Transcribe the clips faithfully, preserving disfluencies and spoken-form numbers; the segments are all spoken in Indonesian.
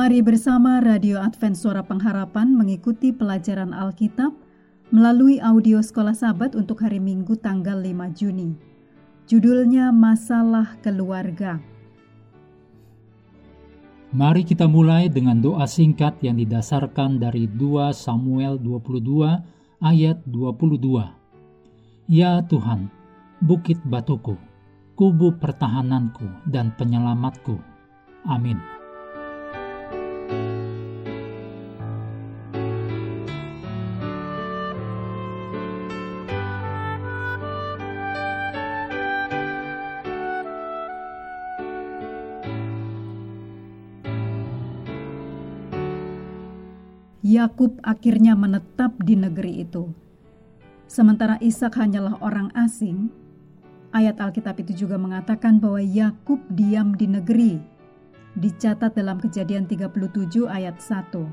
Mari bersama Radio Advent Suara Pengharapan mengikuti pelajaran Alkitab melalui audio Sekolah Sabat untuk hari Minggu tanggal lima Juni. Judulnya Masalah Keluarga. Mari kita mulai dengan doa singkat yang didasarkan dari dua Samuel dua puluh dua ayat dua puluh dua. Ya Tuhan, bukit batuku, kubu pertahananku dan penyelamatku. Amin. Yakub akhirnya menetap di negeri itu. Sementara Ishak hanyalah orang asing, ayat Alkitab itu juga mengatakan bahwa Yakub diam di negeri, dicatat dalam Kejadian tiga puluh tujuh ayat satu.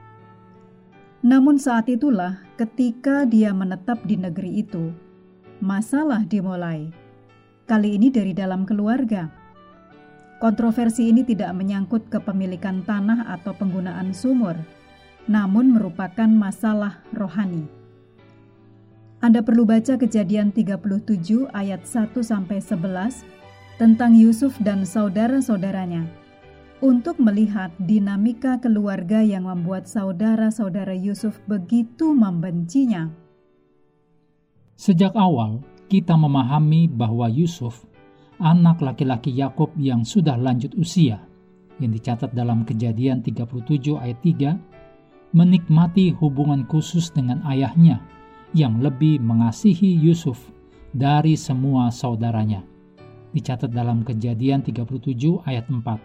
Namun saat itulah ketika dia menetap di negeri itu, masalah dimulai. Kali ini dari dalam keluarga. Kontroversi ini tidak menyangkut kepemilikan tanah atau penggunaan sumur, namun merupakan masalah rohani. Anda perlu baca Kejadian tiga puluh tujuh ayat satu sampai sebelas tentang Yusuf dan saudara-saudaranya untuk melihat dinamika keluarga yang membuat saudara-saudara Yusuf begitu membencinya. Sejak awal, kita memahami bahwa Yusuf, anak laki-laki Yakub yang sudah lanjut usia, yang dicatat dalam Kejadian tiga puluh tujuh ayat tiga, menikmati hubungan khusus dengan ayahnya yang lebih mengasihi Yusuf dari semua saudaranya. Dicatat dalam Kejadian tiga puluh tujuh ayat empat.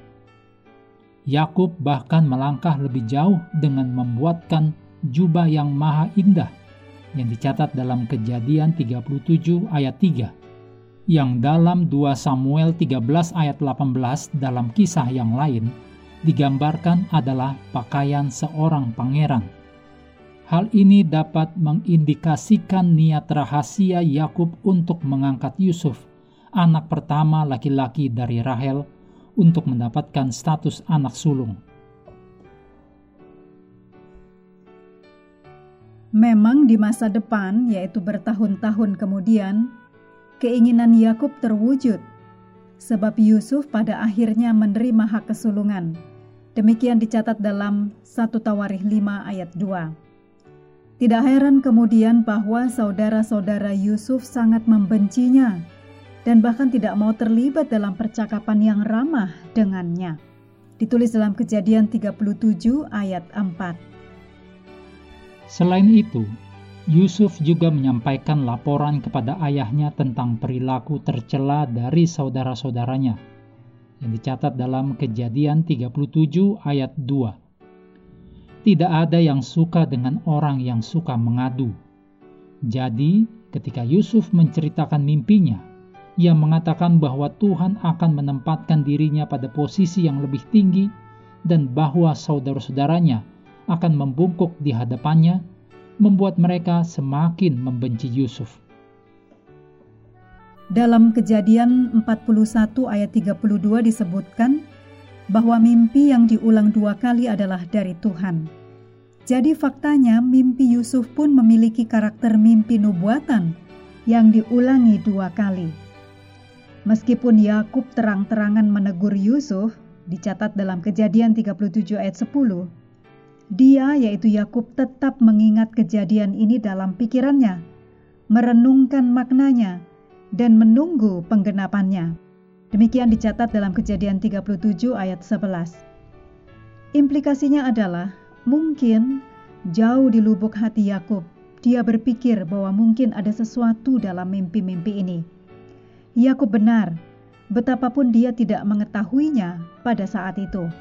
Yakub bahkan melangkah lebih jauh dengan membuatkan jubah yang maha indah yang dicatat dalam Kejadian tiga puluh tujuh ayat tiga, yang dalam dua Samuel tiga belas ayat delapan belas dalam kisah yang lain digambarkan adalah pakaian seorang pangeran. Hal ini dapat mengindikasikan niat rahasia Yakub untuk mengangkat Yusuf, anak pertama laki-laki dari Rahel, untuk mendapatkan status anak sulung. Memang di masa depan, yaitu bertahun-tahun kemudian, keinginan Yakub terwujud, sebab Yusuf pada akhirnya menerima hak kesulungan. Demikian dicatat dalam satu Tawarikh lima ayat dua. Tidak heran kemudian bahwa saudara-saudara Yusuf sangat membencinya dan bahkan tidak mau terlibat dalam percakapan yang ramah dengannya. Ditulis dalam Kejadian tiga puluh tujuh ayat empat. Selain itu, Yusuf juga menyampaikan laporan kepada ayahnya tentang perilaku tercela dari saudara-saudaranya, yang dicatat dalam Kejadian tiga puluh tujuh ayat dua. Tidak ada yang suka dengan orang yang suka mengadu. Jadi, ketika Yusuf menceritakan mimpinya, ia mengatakan bahwa Tuhan akan menempatkan dirinya pada posisi yang lebih tinggi dan bahwa saudara-saudaranya akan membungkuk di hadapannya, membuat mereka semakin membenci Yusuf. Dalam Kejadian empat puluh satu ayat tiga puluh dua disebutkan bahwa mimpi yang diulang dua kali adalah dari Tuhan. Jadi faktanya mimpi Yusuf pun memiliki karakter mimpi nubuatan yang diulangi dua kali. Meskipun Yakub terang-terangan menegur Yusuf, dicatat dalam Kejadian tiga puluh tujuh ayat sepuluh, dia, yaitu Yakub, tetap mengingat kejadian ini dalam pikirannya, merenungkan maknanya, dan menunggu penggenapannya. Demikian dicatat dalam Kejadian tiga puluh tujuh ayat sebelas. Implikasinya adalah, mungkin jauh di lubuk hati Yakub, dia berpikir bahwa mungkin ada sesuatu dalam mimpi-mimpi ini. Yakub benar, betapapun dia tidak mengetahuinya pada saat itu.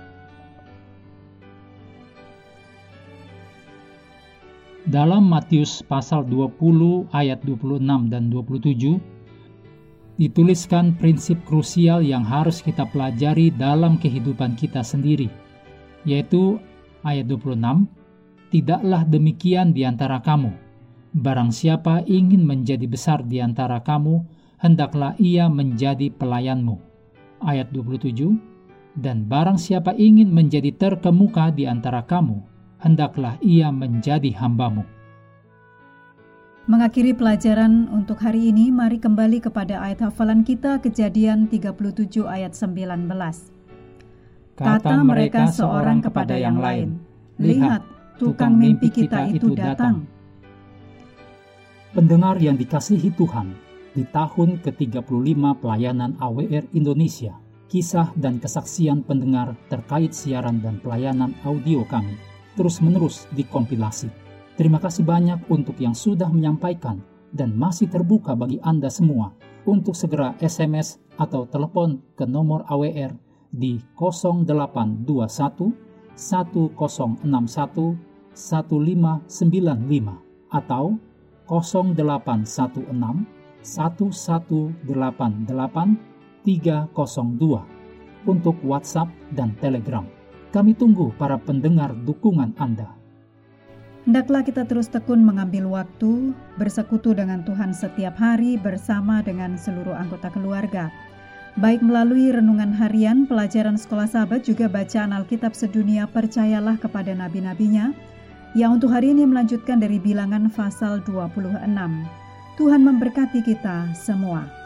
Dalam Matius pasal dua puluh ayat dua puluh enam dan dua puluh tujuh, dituliskan prinsip krusial yang harus kita pelajari dalam kehidupan kita sendiri, yaitu ayat dua puluh enam, tidaklah demikian di antara kamu. Barang siapa ingin menjadi besar di antara kamu, hendaklah ia menjadi pelayanmu. Ayat dua puluh tujuh, Dan barang siapa ingin menjadi terkemuka di antara kamu, hendaklah ia menjadi hambamu. Mengakhiri pelajaran untuk hari ini, mari kembali kepada ayat hafalan kita, Kejadian tiga puluh tujuh ayat sembilan belas. Kata mereka seorang kepada yang lain, "Lihat, tukang mimpi kita itu datang." Pendengar yang dikasihi Tuhan, di tahun ke tiga puluh lima pelayanan A W R Indonesia, kisah dan kesaksian pendengar terkait siaran dan pelayanan audio kami terus-menerus dikompilasi. Terima kasih banyak untuk yang sudah menyampaikan dan masih terbuka bagi Anda semua untuk segera S M S atau telepon ke nomor A W R di nol delapan dua satu satu nol enam satu satu lima sembilan lima atau nol delapan satu enam satu satu delapan delapan tiga nol dua untuk WhatsApp dan Telegram. Kami tunggu para pendengar dukungan Anda. Hendaklah kita terus tekun mengambil waktu bersekutu dengan Tuhan setiap hari bersama dengan seluruh anggota keluarga. Baik melalui renungan harian, pelajaran sekolah sahabat, juga bacaan Alkitab sedunia Percayalah kepada Nabi-Nabinya, yang untuk hari ini melanjutkan dari Bilangan pasal dua puluh enam. Tuhan memberkati kita semua.